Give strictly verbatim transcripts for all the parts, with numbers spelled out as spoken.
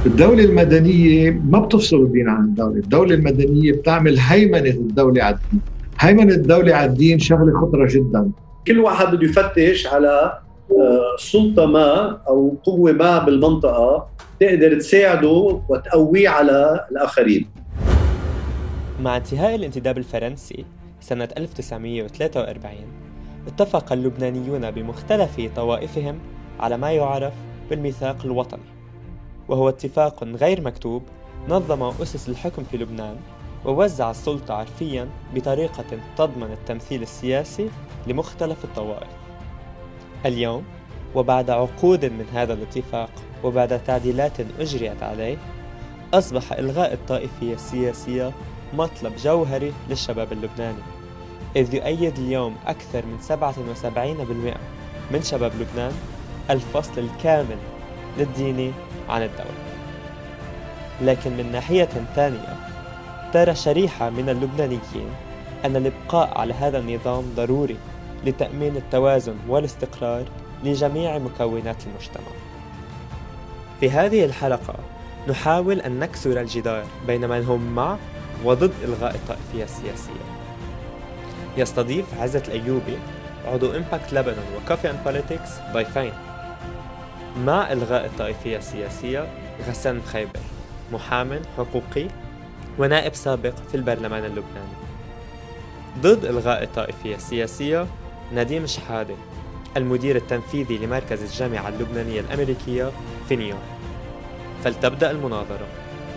الدولة المدنية ما بتفصل الدين عن الدولة. الدولة المدنية بتعمل هيمنة الدولة على الدين. هيمنة الدولة على الدين شغلة خطرة جدا. كل واحد بده يفتش على سلطة ما أو قوة ما بالمنطقة تقدر تساعده وتقويه على الآخرين. مع انتهاء الانتداب الفرنسي سنة ألف وتسعمائة وثلاثة وأربعين اتفق اللبنانيون بمختلف طوائفهم على ما يعرف بالميثاق الوطني، وهو اتفاق غير مكتوب نظم أسس الحكم في لبنان ووزع السلطة عرفياً بطريقة تضمن التمثيل السياسي لمختلف الطوائف. اليوم وبعد عقود من هذا الاتفاق وبعد تعديلات أجريت عليه، أصبح إلغاء الطائفية السياسية مطلب جوهري للشباب اللبناني، إذ يؤيد اليوم أكثر من سبعة وسبعين بالمئة من شباب لبنان الفصل الكامل للدين عن الدولة. لكن من ناحية ثانية ترى شريحة من اللبنانيين أن الإبقاء على هذا النظام ضروري لتأمين التوازن والاستقرار لجميع مكونات المجتمع. في هذه الحلقة نحاول أن نكسر الجدار بين من هم مع وضد إلغاء الطائفية السياسية. يستضيف عزت الأيوبي عضو إمباكت لبنان وكوفي أند بوليتكس ضيفين. مع إلغاء الطائفية السياسية غسان خيبر، محامٍ حقوقي ونائب سابق في البرلمان اللبناني. ضد إلغاء الطائفية السياسية نديم شحادة، المدير التنفيذي لمركز الجامعة اللبنانية الأمريكية في نيويورك. فلتبدأ المناظرة.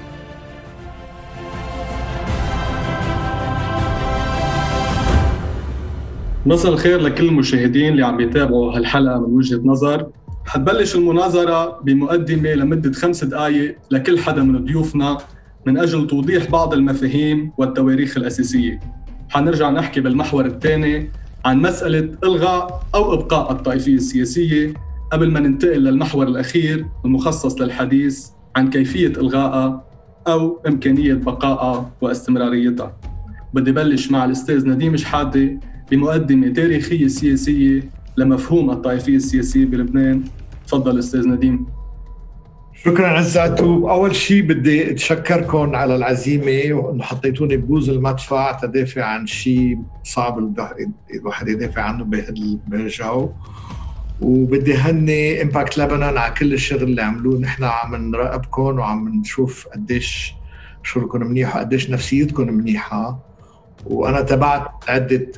مساء الخير لكل المشاهدين اللي عم يتابعوا هالحلقة من وجهة نظر. حتبلش المناظرة بمقدمة لمدة خمس دقايق لكل حدا من ضيوفنا من أجل توضيح بعض المفاهيم والتواريخ الأساسية. حنرجع نحكي بالمحور الثاني عن مسألة إلغاء أو إبقاء الطائفية السياسية، قبل ما ننتقل للمحور الأخير المخصص للحديث عن كيفية إلغائها أو إمكانية بقائها واستمراريتها. بدي بلش مع الأستاذ نديم شحادة بمقدمة تاريخية سياسية لمفهوم الطائفية السياسية بلبنان. تفضل أستاذ نديم. شكرا عزت. أول شيء بدي أتشكركم على العزيمة وأنه حطيتوني ببوز المدفع تدافع عن شيء صعب الواحد يدافع عنه بهالجو، وبدي هني إمباكت لبنان على كل الشغل اللي عملوه. نحن عم نراقبكم وعم نشوف قديش شغلكم منيح وقديش نفسيتكم منيحة، وأنا تبعت عدة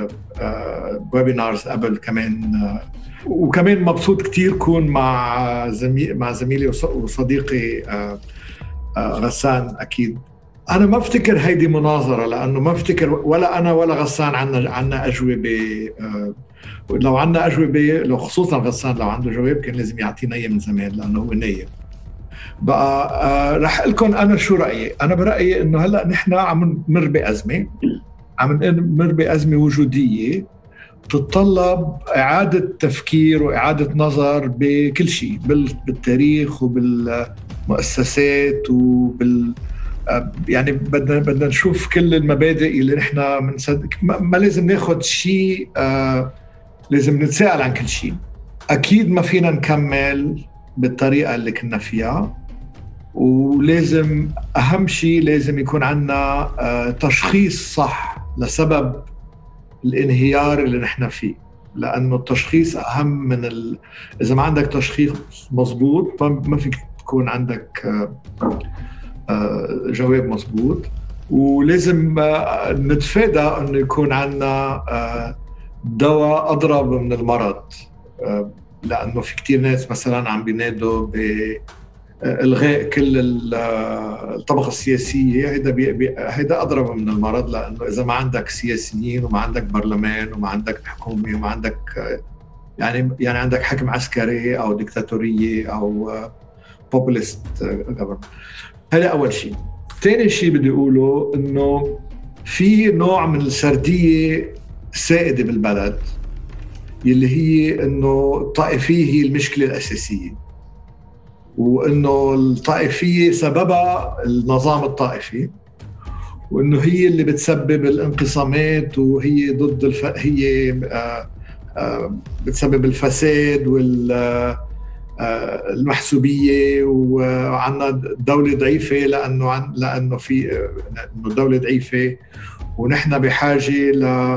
ويبينارز قبل كمان، وكمان مبسوط كتير كون مع زميل مع زميلي وصديقي غسان. أكيد أنا ما بفتكر هيدي مناظرة، لأنه ما بفتكر ولا أنا ولا غسان عنا عنا أجوبة. لو عنا أجوبة، لو خصوصا غسان لو عنده جواب كان لازم يعطينا إياه من زمان، لأنه هو نايم. بقى رح أقولكم أنا شو رأيي. أنا برأيي إنه هلأ نحن عم نمر بأزمة، عم نمر بأزمة وجودية تتطلب إعادة تفكير وإعادة نظر بكل شيء، بالتاريخ وبالمؤسسات وبال يعني بدنا بدنا نشوف كل المبادئ اللي نحن منصدق. ما لازم ناخد شيء، آه لازم نتساءل عن كل شيء. أكيد ما فينا نكمل بالطريقة اللي كنا فيها، ولازم أهم شيء لازم يكون عنا آه تشخيص صح لسبب الانهيار اللي نحن فيه، لأنه التشخيص أهم من ال... إذا ما عندك تشخيص مضبوط ما فيك تكون عندك جواب مضبوط. ولازم نتفادى أنه يكون عندنا دواء أضرب من المرض، لأنه في كتير ناس مثلا عم بينادوا بإلغاء كل الطبقة السياسية. هيدا بي... هيدا أضرب من المرض، لأنه إذا ما عندك سياسيين وما عندك برلمان وما عندك حكومة وما عندك يعني يعني عندك حكم عسكري أو ديكتاتورية أو populist government. هذا أول شيء. ثاني شيء بدي أقوله إنه في نوع من السردية سائدة بالبلد، يلي هي إنه الطائفية هي المشكلة الأساسية، وإنه الطائفية سببها النظام الطائفي، وإنه هي اللي بتسبب الانقسامات، وهي ضد الف... هي آه آه بتسبب الفساد وال المحسوبية، وعنا دولة ضعيفة لأنه عن لأنه في إنه دولة ضعيفة، ونحن بحاجة ل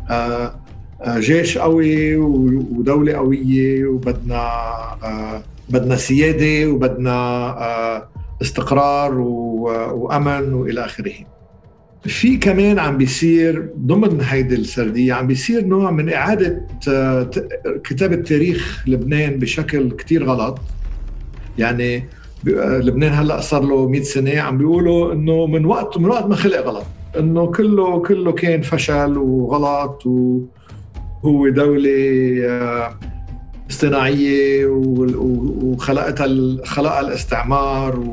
جيش قوي ودولة قوية، وبدنا بدنا سيادة وبدنا استقرار وأمن وإلى آخره. في كمان عم بيصير ضمن هيدي السردية عم بيصير نوع من إعادة كتابة تاريخ لبنان بشكل كتير غلط. يعني لبنان هلأ صار له مئة سنة عم بيقولوا إنه من وقت من وقت ما خلق غلط، إنه كله كله كان فشل وغلط، وهو دولة اصطناعية وخلقتها خلقها الاستعمار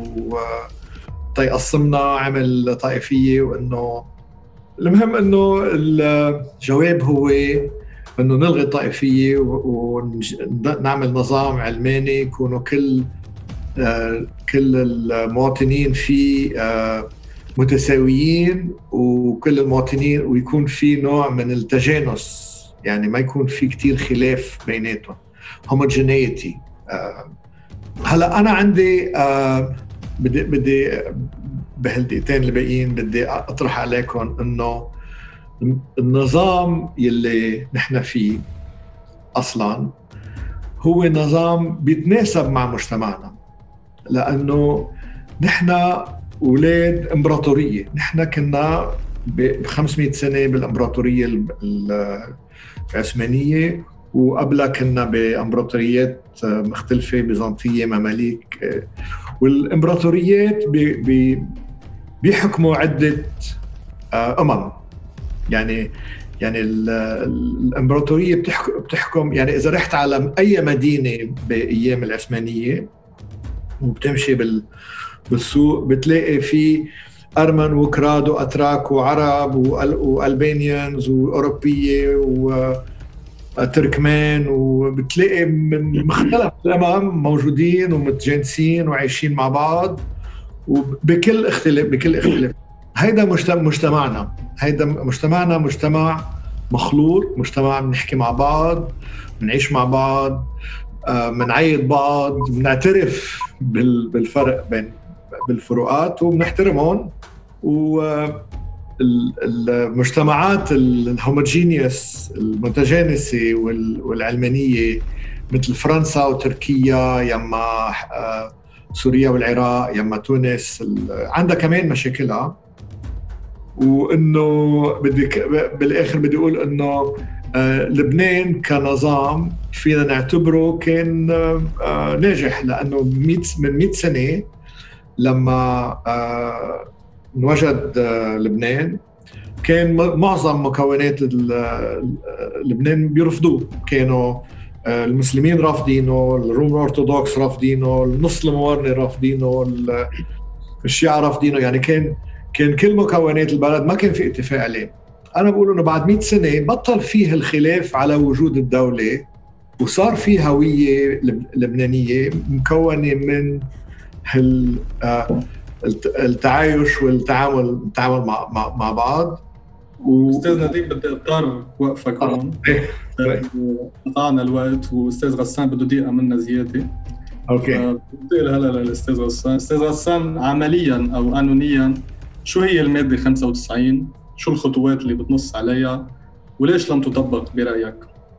وتيقسمنا عمل طائفية. وإنه المهم إنه الجواب هو إنه نلغي الطائفية ونعمل نظام علماني يكونوا كل كل المواطنين فيه متساويين، وكل المواطنين ويكون في نوع من التجانس، يعني ما يكون في كتير خلاف بيناتهم، homogeneity. هلا أنا عندي بدي بدي بهالدقيقتين الباقيين بدي أطرح عليكم إنه النظام يلي نحن فيه أصلاً هو نظام بيتناسب مع مجتمعنا، لأنه نحن أولاد إمبراطورية. نحن كنا بخمسمائة سنة بالإمبراطورية العثمانية، وقبلها كنا بإمبراطوريات مختلفة، بيزنطية، مماليك، والإمبراطوريات بي بي بيحكموا عدة أمم. يعني يعني الإمبراطورية بتحكم, بتحكم يعني إذا رحت على أي مدينة بأيام العثمانية وبتمشي بال بالسوق بتلاقي في أرمن وكراد وأتراك وعرب وألبانيانز وأوروبية وتركمان، وبتلاقي من مختلف الأمم موجودين ومتجانسين وعايشين مع بعض وبكل اختلاف بكل اختلاف. هيدا مجتمعنا هيدا مجتمعنا مجتمع مخلوط، مجتمع بنحكي مع بعض، بنعيش مع بعض، بنعيد بعض، بنعترف بالفرق بين بالفروقات وبنحترمهم. والمجتمعات الهوموجينيوس المتجانسة والعلمانية مثل فرنسا وتركيا، يما سوريا والعراق، يما تونس، عندها كمان مشاكلها. وإنه بدي بالآخر بدي أقول إنه لبنان كنظام فينا نعتبره كان ناجح، لأنه من مئة سنة لما نوجد لبنان كان معظم مكونات لبنان بيرفضوه. كانوا المسلمين رافضينه، الروم أرثوذكس رافضينه، النص الموارنة رافضينه، الشيعة رافضينه. يعني كان كان كل مكونات البلد ما كان في اتفاق عليه. أنا بقول إنه بعد مئة سنة بطل فيه الخلاف على وجود الدولة، وصار فيه هوية لبنانية مكونة من التعايش والتعامل التعامل مع مع, مع بعض. و... أستاذ نديم بدي أضطر وقفك هون، قطعنا الوقت، وأستاذ غسان بده دقيقة منا زيادة. أوكي. بدي هلا للأستاذ غسان. أستاذ غسان، عملياً أو قانونياً شو هي المادة خمسة وتسعين؟ شو الخطوات اللي بتنص عليها؟ وليش لم تطبق برأيك؟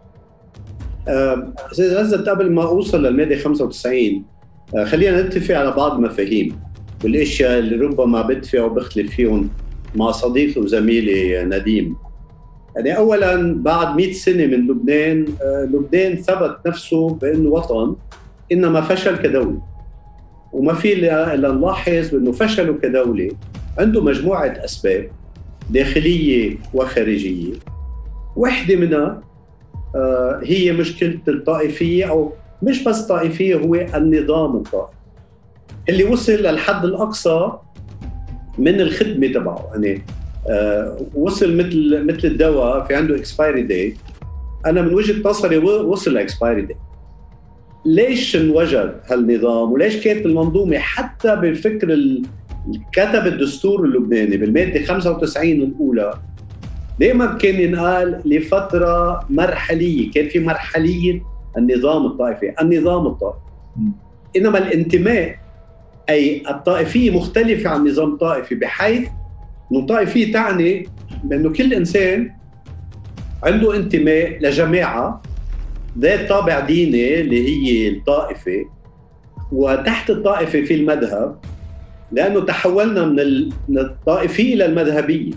أستاذ عزت، قبل ما أوصل للمادة خمسة وتسعين خلينا نتفق على بعض مفاهيم والأشياء اللي ربما بتفق وبختلف فيهم مع صديقي وزميلي نديم. يعني أولاً بعد مئة سنة من لبنان، لبنان ثبت نفسه بأنه وطن، إنما فشل كدولة. وما في إلا نلاحظ بأنه فشله كدولة عنده مجموعة أسباب داخلية وخارجية. واحدة منها هي مشكلة الطائفية، أو مش بس طائفية، هو النظام الطائفي اللي وصل للحد الأقصى من الخدمة تبعه. يعني وصل مثل مثل الدواء في عنده expiry date. أنا من وجهة نظري وصل expiry date. ليش انوجد هالنظام وليش كانت المنظومة حتى بالفكر كتب الدستور اللبناني بالمادة خمسة وتسعين الأولى دائما كان ينقال لفترة مرحلية، كان في مرحلية النظام الطائفي. النظام الطائفي إنما الانتماء أي الطائفية مختلفة عن نظام طائفي، بحيث أن الطائفية تعني بأنه كل إنسان عنده انتماء لجماعة ذات طابع ديني اللي هي الطائفة، وتحت الطائفة في المذهب، لأنه تحولنا من الطائفية إلى المذهبية.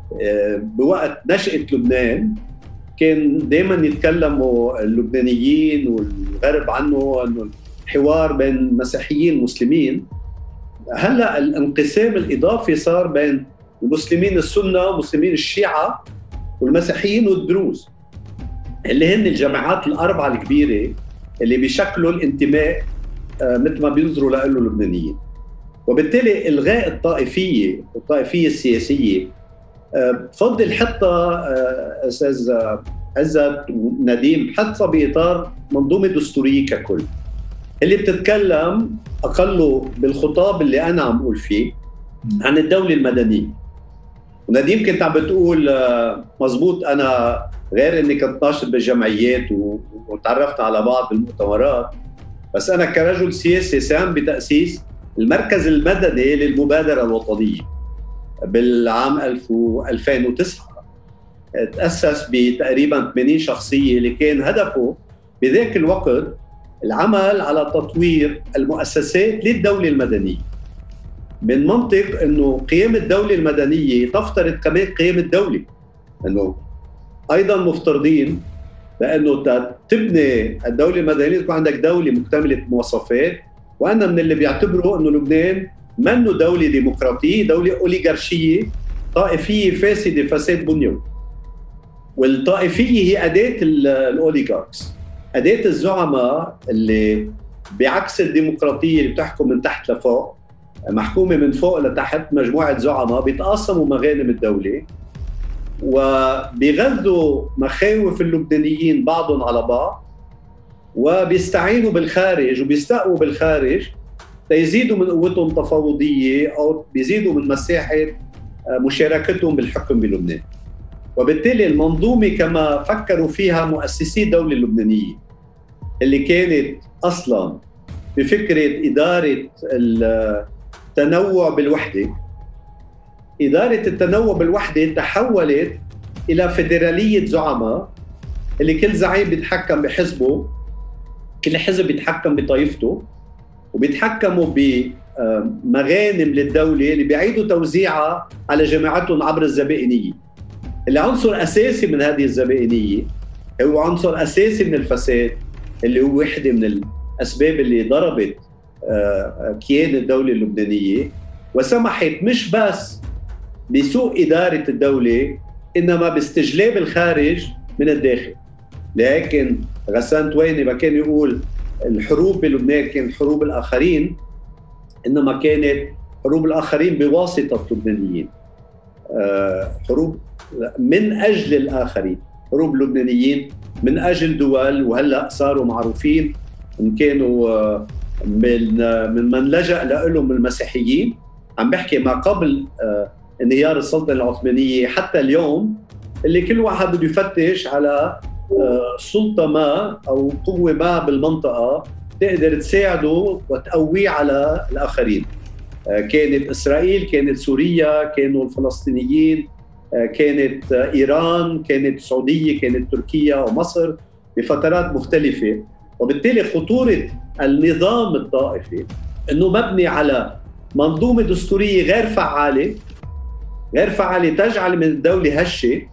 بوقت نشأة لبنان كان دائما يتكلموا اللبنانيين والغرب عنه أنه الحوار بين مسيحيين ومسلمين. هلأ الانقسام الإضافي صار بين المسلمين السنة ومسلمين الشيعة والمسيحيين والدروز، اللي هن الجماعات الأربعة الكبيرة اللي بيشكلوا الانتماء مثل ما بينظروا له اللبنانيين. وبالتالي إلغاء الطائفية والطائفية السياسية بفضل حتى أستاذ عزت ونديم حتى بإطار منظومة دستورية ككل اللي بتتكلم أقله بالخطاب اللي أنا عم أقول فيه عن الدولة المدنية. ونديم كنت عم بتقول مزبوط، أنا غير أني كنت ناشط بالجمعيات وتعرفت على بعض المؤتمرات، بس أنا كرجل سياسي ساهم بتأسيس المركز المدني للمبادرة الوطنية بالعام ألفين وتسعة. تأسس بتقريبا ثمانين شخصية اللي كان هدفه بذاك الوقت العمل على تطوير المؤسسات للدولة المدنية، من منطق أنه قيام الدولة المدنية تفترض كمان قيام الدولة، أنه أيضا مفترضين لأنه تبني الدولة المدنية تكون عندك دولة مكتملة مواصفات. وأنا من اللي بيعتبروا أنه لبنان منه دولة ديمقراطية، دولة أوليغارشية طائفية فاسدة فساد بنيوي. والطائفية هي أداة الأوليغاركس، أداة الزعماء اللي بعكس الديمقراطية اللي بتحكم من تحت لفوق، محكومة من فوق لتحت، مجموعة زعماء بيتقاسموا مغانم الدولة وبيغذوا مخاوف اللبنانيين بعضهم على بعض، وبيستعينوا بالخارج وبيستقوا بالخارج ليزيدوا من قوتهم التفاوضية أو بيزيدوا من مساحة مشاركتهم بالحكم بلبنان. وبالتالي المنظومة كما فكروا فيها مؤسسي الدولة اللبنانية اللي كانت أصلاً بفكرة إدارة التنوع بالوحدة، إدارة التنوع بالوحدة تحولت إلى فيدرالية زعماء اللي كل زعيم بيتحكم بحزبه، كل حزب بيتحكم بطائفته، وبيتحكموا بمغانم للدولة اللي بيعيدوا توزيعها على جماعتهم عبر الزبائنية. اللي عنصر أساسي من هذه الزبائنية هو عنصر أساسي من الفساد، اللي هو واحدة من الأسباب اللي ضربت كيان الدولة اللبنانية وسمحت مش بس بسوء إدارة الدولة إنما باستجلاب الخارج من الداخل. لكن غسان تويني ما كان يقول الحروب بلبنان كانت حروب الآخرين، إنما كانت حروب الآخرين بواسطة اللبنانيين، حروب من أجل الآخرين، حروب اللبنانيين من أجل دول. وهلأ صاروا معروفين إن كانوا من من من لجأ لهم المسيحيين. عم بحكي ما قبل انهيار السلطنة العثمانية حتى اليوم، اللي كل واحد بده يفتش على سلطة ما أو قوة ما بالمنطقة تقدر تساعده وتقويه على الآخرين. كانت إسرائيل، كانت سوريا، كانوا الفلسطينيين، كانت إيران، كانت السعودية، كانت تركيا ومصر بفترات مختلفة. وبالتالي خطورة النظام الطائفي أنه مبني على منظومة دستورية غير فعالة غير فعالة تجعل من الدولة هشة،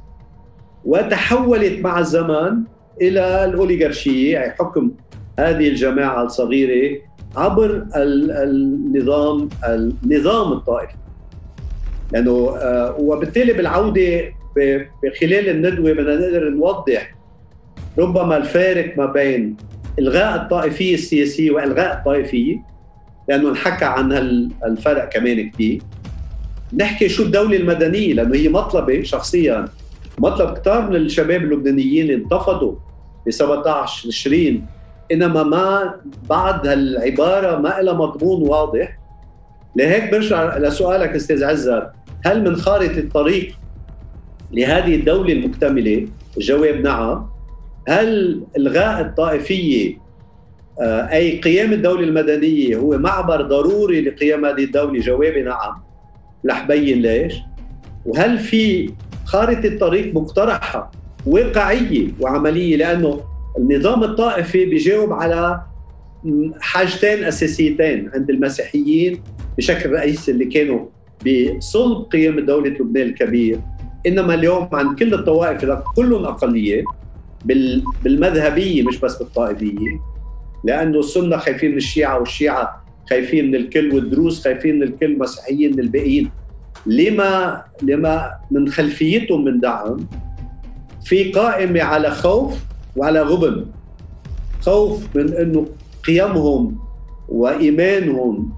وتحولت مع الزمان إلى الأوليغارشية، يعني حكم هذه الجماعة الصغيرة عبر النظام النظام الطائفي. لأنه وبالتالي بالعودة بخلال الندوة بدنا نقدر نوضح ربما الفارق ما بين إلغاء الطائفية السياسية وإلغاء الطائفية، لأنه نحكى عن الفرق كمان كتير. نحكي شو الدولة المدنية، لأنه هي مطلبة شخصياً مطلب كتار من الشباب اللبنانيين اللي انتفضوا ب سبعة عشر تشرين، إنما ما بعد هالعبارة ما لها مضمون واضح. لهيك برجع لسؤالك أستاذ عزت، هل من خارطة الطريق لهذه الدولة المكتملة؟ الجواب نعم. هل إلغاء الطائفية أي قيام الدولة المدنية هو معبر ضروري لقيام هذه الدولة؟ جوابي نعم، رح بين ليش. وهل في خارطة طريق مقترحة واقعية وعملية؟ لأنه النظام الطائفي بيجاوب على حاجتين أساسيتين عند المسيحيين بشكل رئيسي اللي كانوا بصلب قيام دولة لبنان الكبير، إنما اليوم عند كل الطوائف كلهم أقلية بالمذهبية مش بس بالطائفية، لأنه السنة خايفين من الشيعة والشيعة خايفين من الكل والدروز خايفين من الكل، مسيحيين من الباقيين لما لما من خلفيتهم من دعم. في قائمة على خوف وعلى غبن، خوف من أنه قيمهم وإيمانهم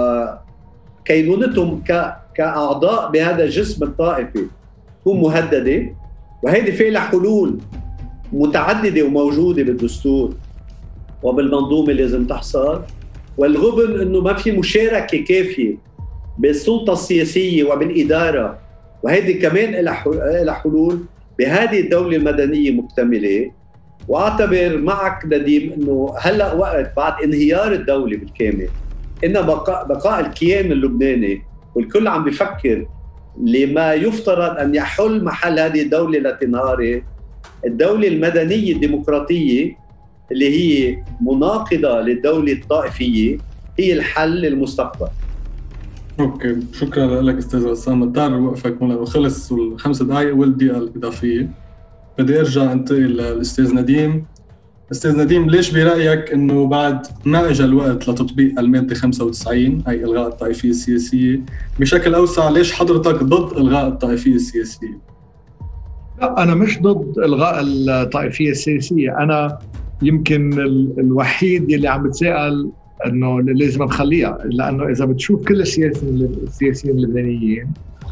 وكينونتهم كأعضاء بهذا الجسم الطائفي تكون مهددة، وهذه فيها حلول متعددة وموجودة بالدستور وبالمنظومة اللي لازم تحصل. والغبن أنه ما في مشاركة كافية بالسلطة السياسية وبالإدارة، وهذه كمان لها حلول بهذه الدولة المدنية مكتملة. وأعتبر معك نديم أنه هلأ وقت بعد انهيار الدولة بالكامل إن بقاء, بقاء الكيان اللبناني، والكل عم بيفكر لما يفترض أن يحل محل هذه الدولة التي انهارت، الدولة المدنية الديمقراطية اللي هي مناقضة للدولة الطائفية هي الحل للمستقبل. اوكي، شكرا لك استاذ غسان. مضطر وقفك لانه خلص الخمس دقائق والدقيقه الاضافيه. بدي ارجع انتقل للاستاذ نديم. استاذ نديم، ليش برايك انه بعد ما اجى الوقت لتطبيق الماده خمسة وتسعين اي الغاء الطائفيه السياسيه بشكل اوسع، ليش حضرتك ضد الغاء الطائفيه السياسيه؟ لا، انا مش ضد الغاء الطائفيه السياسيه، انا يمكن الوحيد اللي عم بتساءل انه لازم نخليها، لانه اذا بتشوف كل السياسيين السياسيين اللبنانيين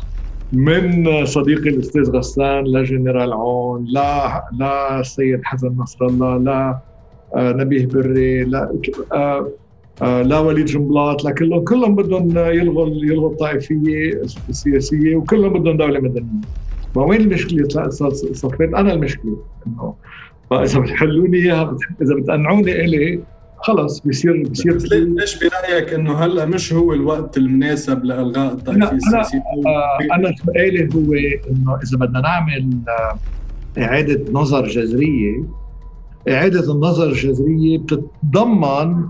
من صديقي الاستاذ غسان لجنرال عون لا لا السيد حسن نصر الله لا آه نبيه بري لا آه آه لا وليد جنبلاط، لا كلهم كلهم بدهم يلغوا يلغوا الطائفيه السياسيه وكلهم بدهم دوله مدنيه. ما وين المشكله؟ صفيت انا المشكله انه فاذا بتحلوني اياها، اذا بتقنعوني الي خلص بيصير بيصير ليش برايك انه هلا مش هو الوقت المناسب لالغاء الطائفيه السياسيه؟ انا انا سؤالي هو انه اذا بدنا نعمل اعاده نظر جذريه، اعاده النظر الجذريه بتتضمن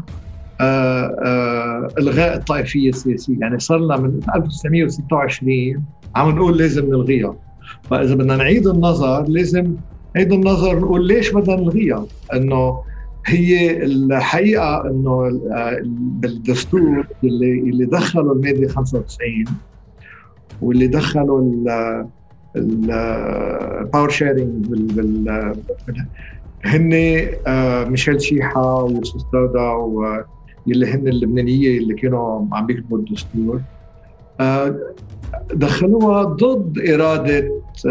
الغاء الطائفيه السياسيه. يعني صار لنا من ألف وتسعمية وستة وعشرين عم نقول لازم نلغيها، فاذا بدنا نعيد النظر لازم نعيد النظر نقول ليش بدنا نلغيها. انه هي الحقيقة أنه بالدستور اللي اللي دخلوا المادة خمسة وتسعين واللي دخلوا الباور شيرينج بال هن ميشيل شيحة وسوستودا واللي هن اللبنانية اللي كانوا عم بيكتبوا الدستور، دخلوها ضد إرادة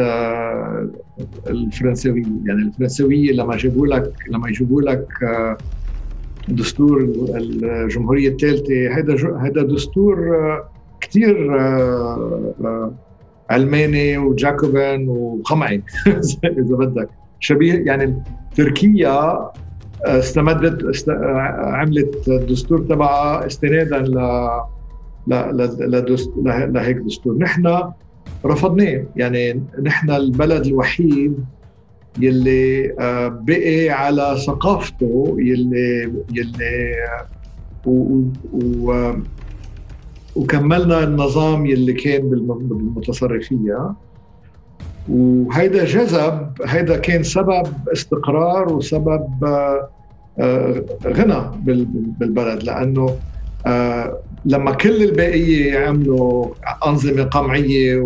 الفرنسوية. يعني الفرنسوية لما جابوا لك لما يجيبوا لك دستور الجمهورية الثالثة، هذا هذا دستور كتير علماني وجاكوبين وقمعي إذا بدك، شبيه. يعني تركيا استمدت است... عملت الدستور تبعها استنادا ل لا لا لهيك دستور. نحن رفضناه. يعني نحن البلد الوحيد يلي بقي على ثقافته يلي يلي و و وكملنا النظام يلي كان بالمتصرفية، وهيدا جذب، هيدا كان سبب استقرار وسبب غنى بالبلد، لأنه آه لما كل الباقية عملوا أنظمة قمعية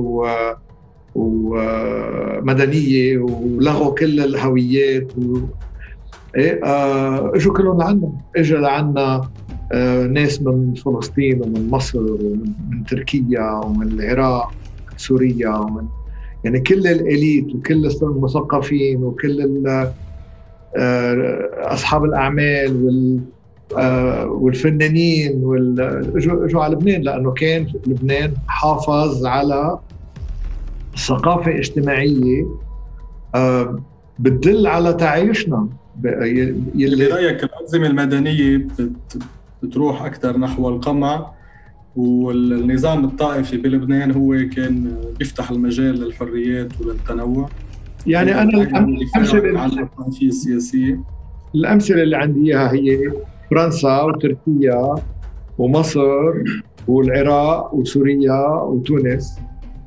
ومدنية ولغوا كل الهويات و... إيه آه اجوا كلهم لعنا، اجوا لعنا آه ناس من فلسطين ومن مصر ومن تركيا ومن العراق سوريا ومن يعني كل الإليت وكل المثقفين وكل آه أصحاب الأعمال وال آه والفنانين اجوا على لبنان، لانه كان لبنان حافظ على ثقافه اجتماعيه آه بتدل على تعايشنا يلي برأيك الأنظمة المدنية بت... بتروح أكثر نحو القمع، والنظام الطائفي بلبنان هو كان بيفتح المجال للحريات وللتنوع؟ يعني أنا الأمثلة عن الطائفية السياسية الأمثلة اللي عندي إياها هي فرنسا وتركيا ومصر والعراق وسوريا وتونس.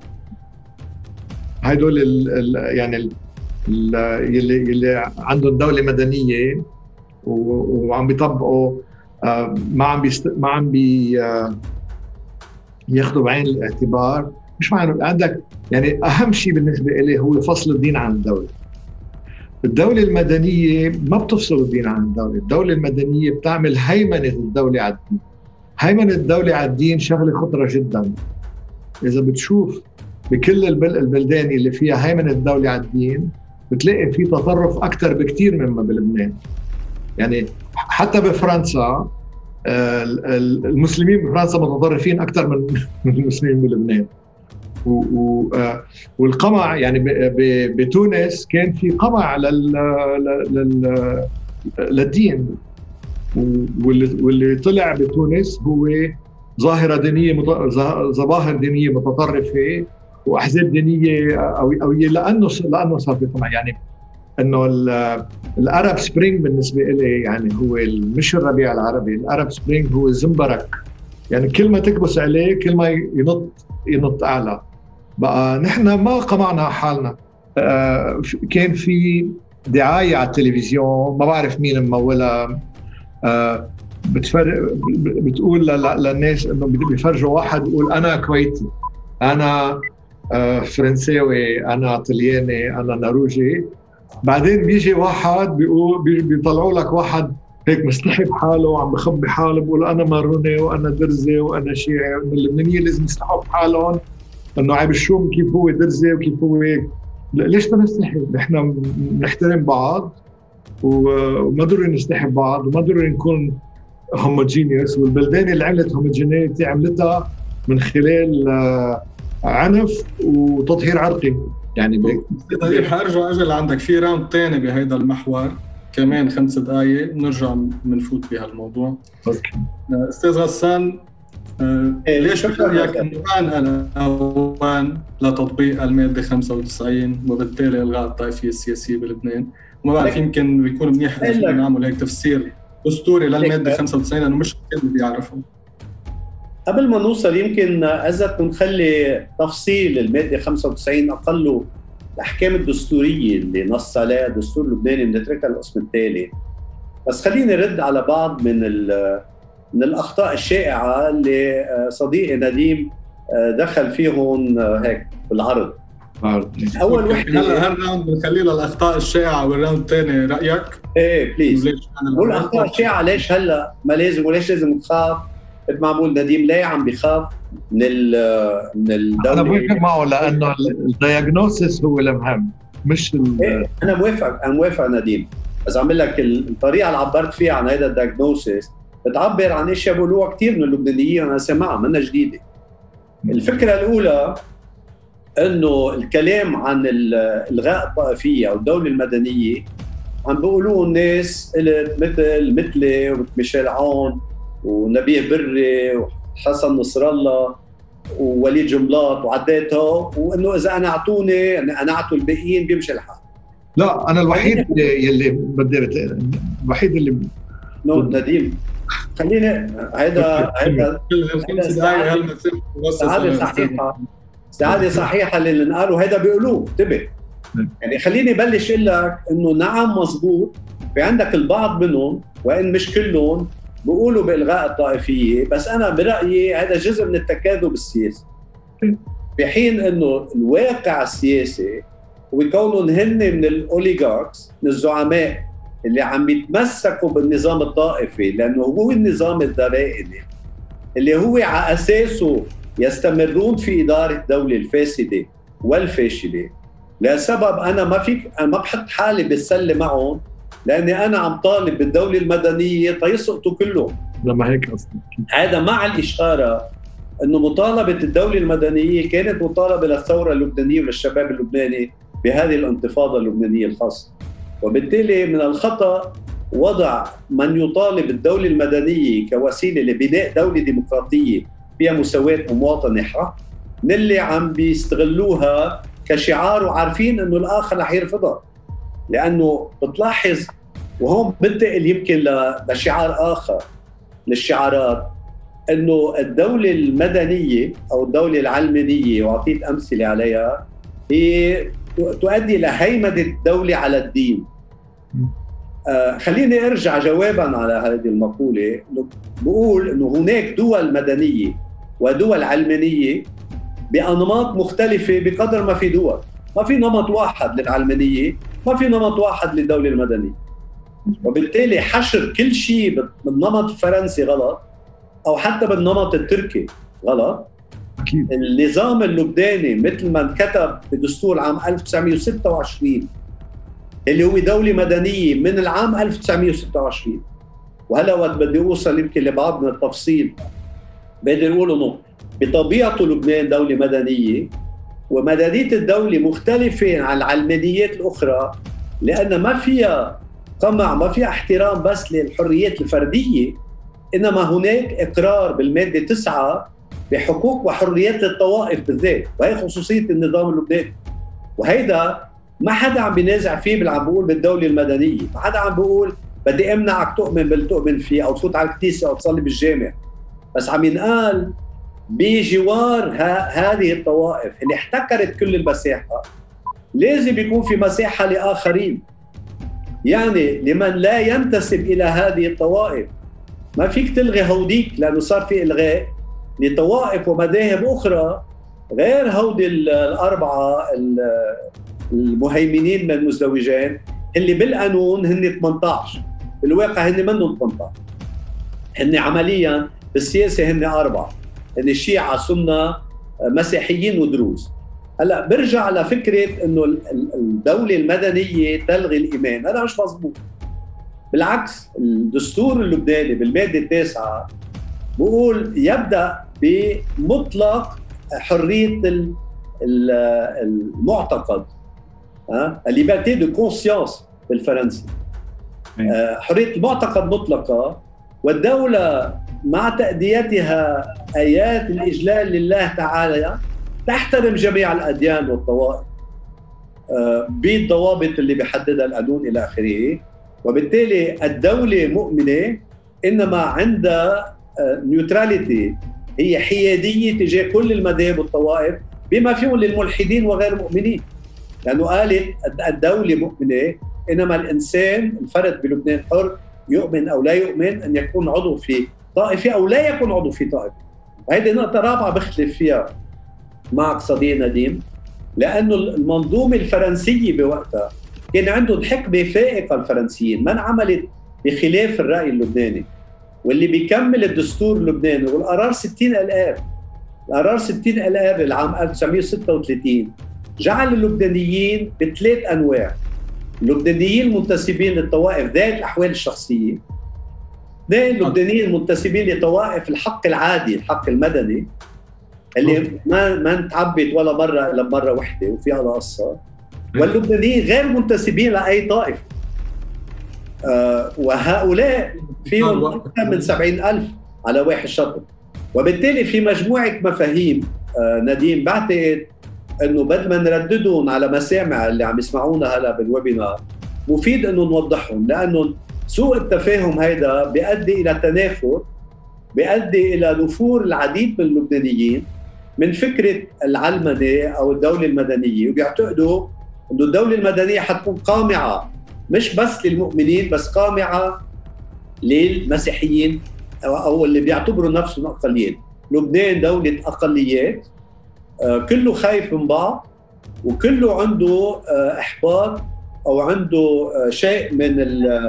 هيدول ال ال يعني ال يلي يلي عندهم دولة مدنية وعم بيطبقوا آه ما عم بيست ما عم بي آه ياخذوا بعين الاعتبار. مش معنى عندك يعني أهم شيء بالنسبة إلي هو فصل الدين عن الدولة. الدولة المدنية ما بتفصل الدين عن الدولة. الدولة المدنية بتعمل هيمنة الدولة على الدين. هيمنة الدولة على الدين شغلة خطرة جدا. إذا بتشوف بكل البلدان اللي فيها هيمنة الدولة على الدين بتلاقي في تطرف أكثر بكتير مما بلبنان. يعني حتى بفرنسا المسلمين بفرنسا متطرفين أكثر من المسلمين بلبنان. والقمع يعني بتونس كان في قمع للدين، واللي طلع بتونس هو ظاهرة دينية ظواهر دينية متطرفة وأحزاب دينية قوية لأنه لأنه صار في قمع. يعني إنه الأرب سبرينج بالنسبة إلي يعني هو مش الربيع العربي. الأرب سبرينج هو زنبرك، يعني كل ما تكبس عليه كل ما ينط ينط أعلى. بقى نحن ما قمعنا حالنا. آه كان في دعاية على التلفزيون ما بعرف مين ممولها، آه بتفرق بتقول للناس إنه بيفرجوا واحد يقول أنا كويتي، أنا آه فرنساوي، أنا طلياني، أنا نرويجي. بعدين بيجي واحد بيقول بيطلعوا لك واحد هيك مستحي بحاله عم بخبي حاله بيقول أنا ماروني وأنا درزي وأنا شيعي. اللبنانيين لازم يستحوا بحالهم انه عيب الشوم كيف هو درزي وكيف هو هيك. ليش بدنا نستحي؟ نحن نحترم بعض وما ضروري نستحي بعض وما ضروري نكون هوموجينيوس. والبلدان اللي عملت هوموجينيتي عملتها من خلال عنف وتطهير عرقي. يعني طيب حارجع اجل عندك في راوند ثاني بهذا المحور كمان خمس دقائق نرجع بنفوت بهالموضوع. اوكي استاذ غسان، آه، ليش برأيك أنه الآن أوان لتطبيق المادة خمسة وتسعين وبالتالي إلغاء الطائفية السياسية بلبنان؟ وما بعرف يمكن بيكون منيح إذا نعمل هيك تفسير أسطوري للمادة خمسة وتسعين لأنه مش الكل بيعرفه. قبل ما نوصل يمكن إذا نخلي تفصيل المادة خمسة وتسعين أقله الأحكام الدستورية اللي نص عليها الدستور اللبناني بنتركها القسم التالي. بس خليني رد على بعض من ال من الأخطاء الشائعة اللي صديقي نديم دخل فيهم هيك بالعرض. أول وحدة هلا هالراوند بنخليه للأخطاء الشائعة والراوند الثاني رأيك؟ إيه بليز. والأخطاء الشائعة ليش هلا ما لازم وليش لازم نخاف؟ مثل ما بقول نديم ليه عم بيخاف من ال من الدولة؟ أنا موافق معه لأنه الدياغنوسيس هو المهم مش إيه أنا موافق أنا موافق نديم. بس أعمل لك الطريقة اللي عبرت فيها عن هذا الدياغنوسيس بتعبر عن اشياء بيقولوها كثير من اللبنانيين انا سمعها منها جديده. الفكره الاولى انه الكلام عن الغاء الطائفيه او الدوله المدنيه عم بيقولوه الناس مثل مثلي ومثل ميشيل عون ونبيه بري وحسن نصر الله ووليد جملات وعديتها، وانه اذا انا اعطوني انا اعطوا الباقيين بيمشي الحال. لا انا الوحيد يلي بدي الوحيد اللي نو نديم خليني هيدا هيدا استعادة صحيحة استعادة صحيحة اللي نقاله هيدا بيقولوه. انتبه يعني خليني بلش اقول لك انه نعم مزبوط في عندك البعض منهم وان مش كلهم بيقولوا بالغاء الطائفية، بس انا برأيي هذا جزء من التكاذب السياسي، بحين انه الواقع السياسي ويكونون هن من الاوليغاركس من الزعماء اللي عم يتمسكوا بالنظام الطائفي لأنه هو النظام الذرائني اللي هو على أساسه يستمرون في إدارة الدولة الفاسدة والفاشلة. لسبب أنا ما فيك أنا ما بحط حالي بالسلة معهم لأني أنا عم طالب بالدولة المدنية تيسقطوا كلهم. لما هيك أصلا هذا مع الإشارة أنه مطالبة الدولة المدنية كانت مطالبة للثورة اللبنانية وللشباب اللبناني بهذه الانتفاضة اللبنانية الخاصة. وبالتالي من الخطأ وضع من يطالب الدولة المدنية كوسيلة لبناء دولة ديمقراطية فيها مساواة ومواطنة حق، من اللي عم بيستغلوها كشعار وعارفين انه الاخر رح يرفضها. لانه بتلاحظ، وهون بنتقل يمكن لشعار اخر للشعارات، انه الدولة المدنية او الدولة العلمانية، واعطيت امثلة عليها، هي تؤدي الى هيمنة الدولة على الدين. آه خليني ارجع جوابا على هذه المقولة، بقول انه هناك دول مدنية ودول علمانية بأنماط مختلفة بقدر ما في دول. ما في نمط واحد للعلمانية، ما في نمط واحد للدولة المدنية. وبالتالي حشر كل شيء بالنمط الفرنسي غلط، أو حتى بالنمط التركي غلط. أكيد. النظام اللبناني مثل ما انكتب بدستور عام ألف وتسعمية وستة وعشرين اللي هو دولة مدنية من العام ألف وتسعمية وستة وعشرين، وهلا وقت بدي أوصل يمكن لبعض من التفصيل بقدر أقول إنه بطبيعته لبنان دولة مدنية، ومدنية الدولة مختلفة عن العلمانيات الأخرى، لأن ما فيها قمع، ما فيها احترام بس للحريات الفردية، إنما هناك إقرار بالمادة تسعة بحقوق وحريات الطوائف بالذات، وهي خصوصية النظام اللبناني. وهيدا ما حدا عم بينازع فيه، بالعم بقول بالدولة المدنية ما حدا عم بقول بدي أمنعك تؤمن بالتؤمن فيه أو تفوت على الكنيسة أو تصلي بالجامع، بس عم ينقال بجوار هذه الطوائف اللي احتكرت كل المساحة لازم يكون في مساحة لآخرين. يعني لمن لا ينتسب إلى هذه الطوائف ما فيك تلغي هوديك، لأنه صار في إلغاء لطوائف ومذاهب أخرى غير هودي الأربعة المهيمنين من المزدوجين اللي بالقانون هن ثمانية عشر، بالواقع هن منهم ثمانية عشر، هن عملياً بالسياسة هن أربعة، هن الشيعة سنة مسيحيين ودروز. هلأ برجع لفكرة إنه الدولة المدنية تلغي الإيمان، هذا مش مظبوط. بالعكس، الدستور اللبناني بالمادة التاسعة بقول يبدأ بمطلق حرية المعتقد، الليبرتي دو كونسيانس بالفرنسي، حرية المعتقد مطلقة، والدولة مع تأديتها آيات الإجلال لله تعالى تحترم جميع الأديان والطوائف بالضوابط اللي بيحددها القانون إلى آخره. وبالتالي الدولة مؤمنة، إنما عندها نيوتراليتي، هي حيادية تجاه كل المذاهب والطوائف بما فيهم للملحدين وغير المؤمنين، لأنه قالت الدولة مؤمنة، إنما الإنسان الفرد بلبنان حر يؤمن أو لا يؤمن، أن يكون عضو في طائفة أو لا يكون عضو في طائفة. وهذه نقطة رابعة بختلف فيها مع صديق نديم، لأنه المنظومة الفرنسية بوقتها كان عندهم حكمة فائقة، الفرنسيين ما انعملت بخلاف الرأي اللبناني، واللي بيكمل الدستور اللبناني والقرار ستين الآب، القرار ستين الآب العام ألف وتسعمية وستة وثلاثين جعل اللبنانيين بثلاث أنواع: اللبنانيين المنتسبين للطوائف ذات الأحوال الشخصية، اثنين اللبنانيين المنتسبين لطوائف الحق العادي، الحق المدني اللي ما ما انتعبت ولا مرة إلا مرة واحدة وفيها قصة، واللبنانيين غير منتسبين لأي طائفة. آه وهؤلاء فيهم أكثر من سبعين ألف على واحد شطر. وبالتالي في مجموعة مفاهيم آه نديم بعتقد أنه بدل ما نرددهم على مسامع اللي عم يسمعونا هلا بالويبينار مفيد أنه نوضحهم، لأنه سوء التفاهم هيدا بيؤدي إلى تنافر، بيؤدي إلى نفور العديد من اللبنانيين من فكرة العلمنة أو الدولة المدنية، وبيعتقدوا أنه الدولة المدنية حتكون قامعة مش بس للمؤمنين، بس قامعة للمسيحيين أو اللي بيعتبروا نفسهم أقليات. لبنان دولة أقليات، كله خايف من بعض، وكله عنده إحباط أو عنده شيء من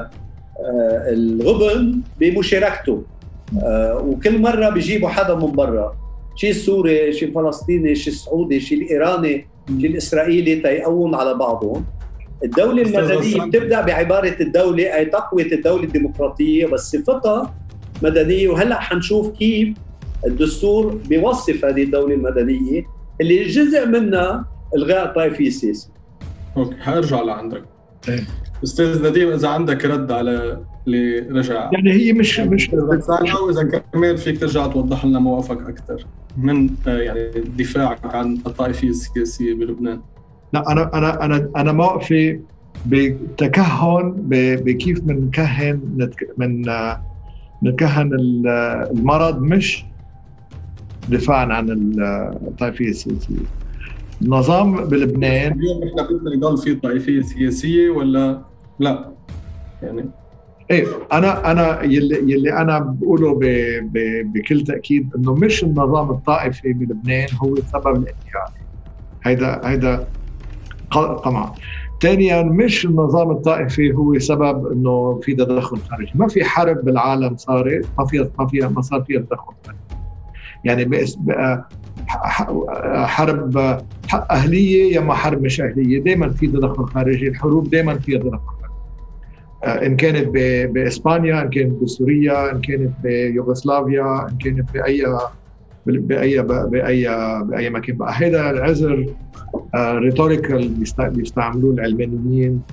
الغبن بمشاركته، وكل مرة بيجيبوا حدا من برا، شيء السوري، شيء الفلسطيني، شيء السعودي، شيء الإيراني، شيء الإسرائيلي، تيقوون على بعضهم. الدولة المدنية بتبدأ بعبارة الدولة أي تقوية الدولة الديمقراطية، بس صفتها مدنية. وهلأ حنشوف كيف الدستور بيوصف هذه الدولة المدنية اللي جزء منها إلغاء الطائفية السياسية. أوكي، هرجع لعندك. إيه. استاذ نديم اذا عندك رد على اللي رجع، يعني هي مش مش او اذا كمان فيك ترجع توضح لنا مواقفك اكثر من يعني دفاعك عن الطائفيه السياسيه بلبنان. لا انا انا انا انا موقفي بتكهن بكيف بنكهن من نكهن المرض، مش دفاعا عن الطائفيه السياسيه. النظام بلبنان اليوم احنا بدنا يضل في طائفيه سياسيه ولا لا؟ يعني ايه انا انا يلي يلي انا بقوله بكل تاكيد انه مش النظام الطائفي بلبنان هو سبب الانهيار. هيدا هيدا طبعا. ثانيا مش النظام الطائفي هو سبب انه في تدخل خارجي. ما في حرب بالعالم صارت ما في ما في ما صار فيها تدخل خارجي. يعني بقى حرب اهليه يا ما حرب مش اهليه، دائما في تدخل خارجي. الحروب دائما فيها تدخل خارجي، ان كانت باسبانيا، ان كانت بسوريا، ان كانت بيوغوسلافيا، ان كانت باي باي باي باي مكان. بقى هذا العذر ريتوريكال بيستعملوه العلمانيين.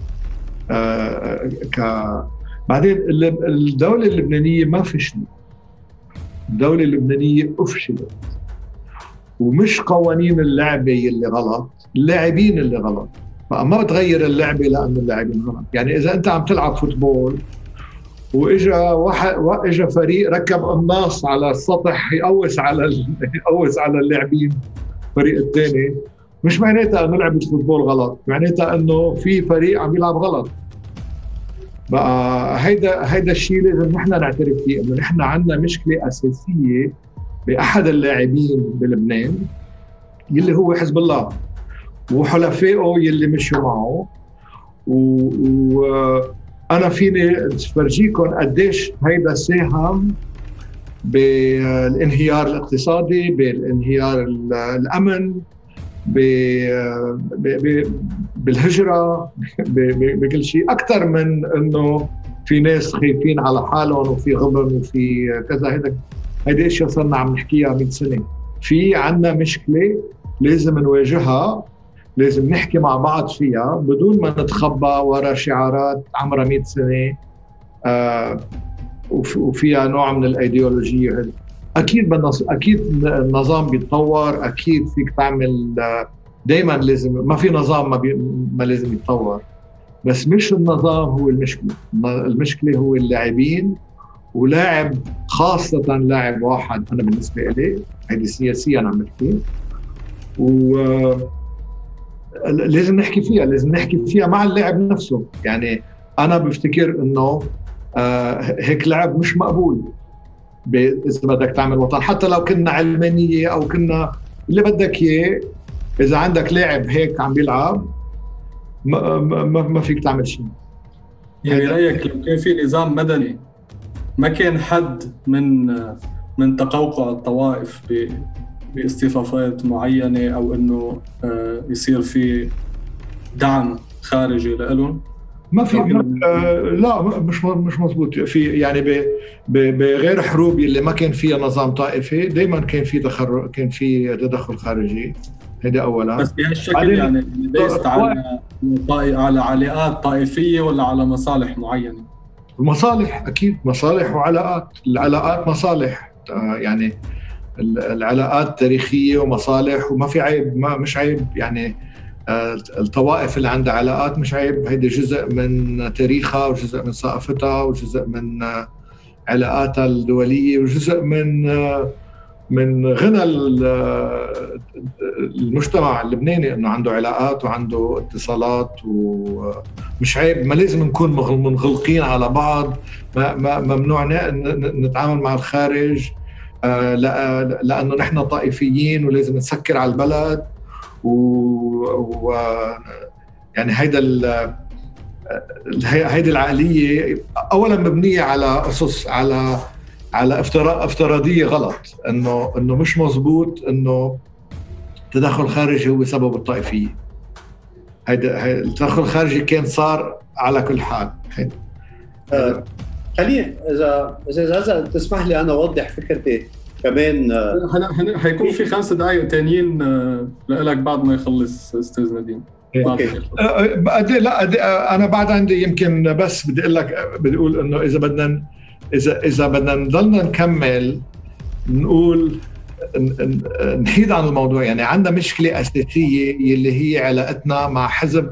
ك بعدين الدوله اللبنانيه ما فشلت، الدوله اللبنانيه افشلت، ومش قوانين اللعبه اللي غلط، اللاعبين اللي غلط. ما بتغير اللعبه لأن اللاعبين غلط. يعني اذا انت عم تلعب فوتبول واجا واحد واجا فريق ركب قناص على السطح يقوس على يقوس على اللاعبين الفريق الثاني، مش معناتها انه لعبه فوتبول غلط، معناتها انه في فريق عم يلعب غلط. بقى هيدا هيدا الشيء لازم نحن نعترف فيه، انه نحن عندنا مشكله اساسيه باحد اللاعبين بلبنان يلي هو حزب الله وحلفائه يلي مشوا معه. وانا فيني افرجيكم قديش هيدا ساهم بالانهيار الاقتصادي، بالانهيار الامن، بالهجره، بكل شيء، اكثر من انه في ناس خايفين على حالهم وفي غبن وفي كذا. هيدا هيدي اشياء صرنا عم نحكيها مئة سنه. في عندنا مشكله لازم نواجهها، لازم نحكي مع بعض فيها بدون ما نتخبى ورا شعارات عمرها مئة سنه آه وفيها نوع من الايديولوجيه. اكيد بدنا اكيد النظام بيتطور، اكيد فيك تعمل دائما، لازم ما في نظام ما, بي ما لازم يتطور، بس مش النظام هو المشكله. المشكله هو اللاعبين، ولاعب خاصه لاعب واحد انا بالنسبه لي هيدي سياسيا عم بحكي، و لازم نحكي فيها، لازم نحكي فيها مع اللاعب نفسه. يعني انا بفتكر انه آه هيك لعب مش مقبول اذا بدك تعمل وطن، حتى لو كنا علمانيه او كنا اللي بدك اياه. اذا عندك لاعب هيك عم بيلعب ما, ما, ما فيك تعمل شيء. يعني رايك لو كان في نظام مدني ما كان حد من من تقوقع الطوائف باصطفافات معينه، او انه يصير في دعم خارجي لهم؟ ما في آه لا مش مش مزبوط. في يعني بغير حروب اللي ما كان فيها نظام طائفي دائما كان في تخر كان في تدخل خارجي. هذا اولا. بس بهالشكل يعني ليست على على علاقات طائفيه ولا على مصالح معينه؟ مصالح اكيد، مصالح وعلاقات. العلاقات مصالح، آه يعني العلاقات تاريخيه ومصالح، وما في عيب، ما مش عيب يعني. الطوائف اللي عندها علاقات مش عيب، هيدا جزء من تاريخها وجزء من ثقافتها وجزء من علاقاتها الدولية وجزء من من غنى المجتمع اللبناني انه عنده علاقات وعنده اتصالات. ومش عيب، ما لازم نكون منغلقين على بعض، ما ممنوع نتعامل مع الخارج لأنه نحن طائفيين ولازم نسكر على البلد. و, و... يعني هيدا ال... هيدي العقليه اولا مبنيه على اسس، على على افتراء افتراضيه غلط، انه انه مش مزبوط انه تدخل خارجي هو سبب الطائفيه. هيدا التدخل الخارجي كان صار على كل حال. آه. خليني اذا اذا اذا تسمح لي انا اوضح فكرتي كمان. هلا حيكون في خمس دقائق تانيين لك بعد ما يخلص استاذ نديم. اوكي أدي لا أدي انا بعد عندي يمكن بس بدي اقول لك بدي اقول انه اذا بدنا اذا اذا بدنا نضلنا نكمل نقول نحيد عن الموضوع. يعني عندنا مشكله اساسيه اللي هي علاقتنا مع حزب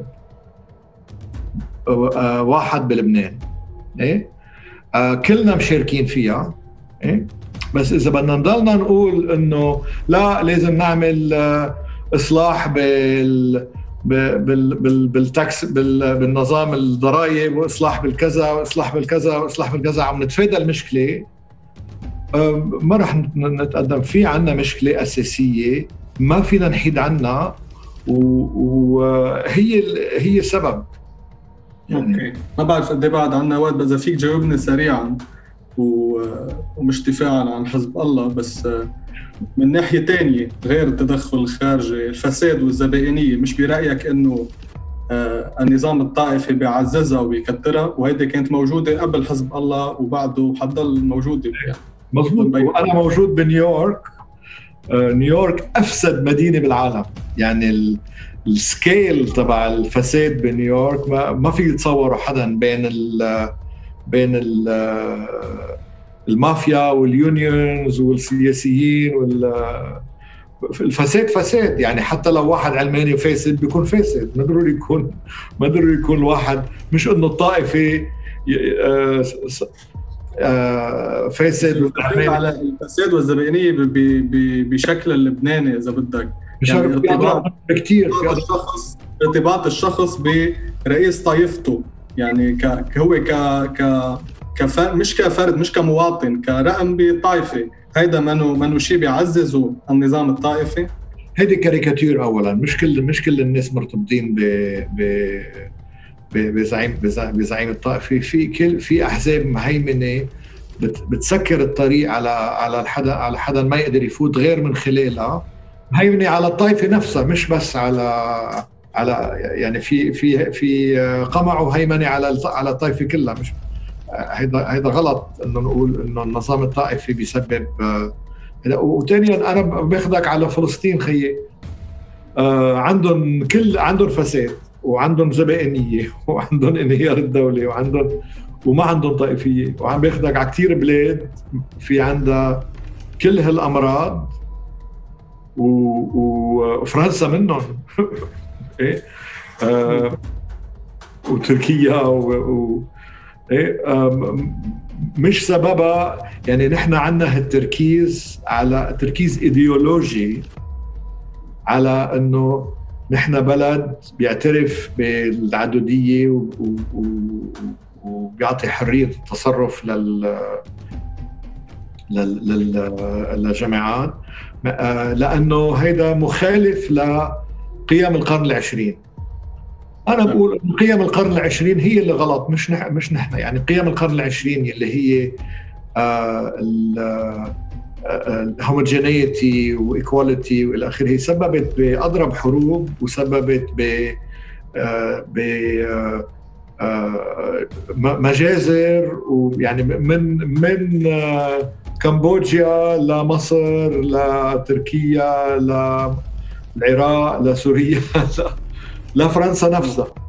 واحد بلبنان، ايه كلنا مشاركين فيها، ايه بس اذا بدنا نضلنا نقول انه لا لازم نعمل اصلاح بال بال بال بالتاكس بال بالنظام الضرائب، واصلاح بالكذا واصلاح بالكذا واصلاح بالكذا، عم نتفادى المشكله، ما رح نتقدم. في عنا مشكله اساسيه ما فينا نحيد عنها، وهي هي السبب. يعني اوكي ما بعرف قد ايه بعد عنا وقت، اذا فيك جاوبني سريعا ومش دفاعا عن حزب الله، بس من ناحية تانية غير التدخل الخارجي، الفساد والزبائنية، مش برأيك إنه آه النظام الطائفي بيعززها وبيكترها؟ وهيدي كانت موجودة قبل حزب الله وبعده حتضل موجودة يعني. مظبوط. وأنا موجود بنيويورك. آه نيويورك أفسد مدينة بالعالم، يعني السكيل تبع الفساد بنيويورك ما, ما في يتصوروا حدا بين ال بين ال المافيا واليونيونز والسياسيين والفساد فساد. يعني حتى لو واحد علماني فاسد بيكون فاسد، ما ضروري يكون ما ضروري يكون واحد، مش انه الطائفي فاسد. على الفساد والزبائنية بشكل اللبناني اذا بدك، يعني ارتباط كثير الشخص ارتباط الشخص برئيس طائفته، يعني ك هو ك ك كف... مش كفرد، مش كمواطن، كرقم بطائفة. هيدا منو منو شيء بيعززوا النظام الطائفي. هيدي كاريكاتير اولا، مش كل مش كل الناس مرتبطين ب ب بزعيم بزعيم الطائفي. في كل في احزاب مهيمنه بت... بتسكر الطريق على على الحدا على حدا ما يقدر يفوت غير من خلالها. مهيمنه على الطائفه نفسها، مش بس على على يعني في في في قمع وهيمنه على على الطائفه كلها. مش هيدا هيدا غلط انه نقول انه النظام الطائفي بيسبب. وثانيا انا باخذك على فلسطين خيي، عندهم كل عندهم فساد وعندهم زبائنيه وعندهم انهيار الدوله وعندهم وما عندهم طائفيه، وعم باخذك على كثير بلاد في عندها كل هالامراض وفرنسا منهم ايه آه وتركيا و, و إيه مش سببها. يعني نحن عندنا هالتركيز على تركيز إيديولوجي على إنه نحن بلد بيعترف بالعدودية وبيعطي حرية التصرف لل للجامعات، لأنه هيدا مخالف لقيم القرن العشرين. أنا بقول إن قيم القرن العشرين هي اللي غلط، مش نح مش نحن. يعني قيم القرن العشرين اللي هي الهوموجينيتي وإيكواليتي وإلى آخره سببت بأضرب حروب، وسببت ب ب مجازر، ويعني من من كمبوديا لمصر لتركيا للعراق لسوريا لفرنسا نفسها.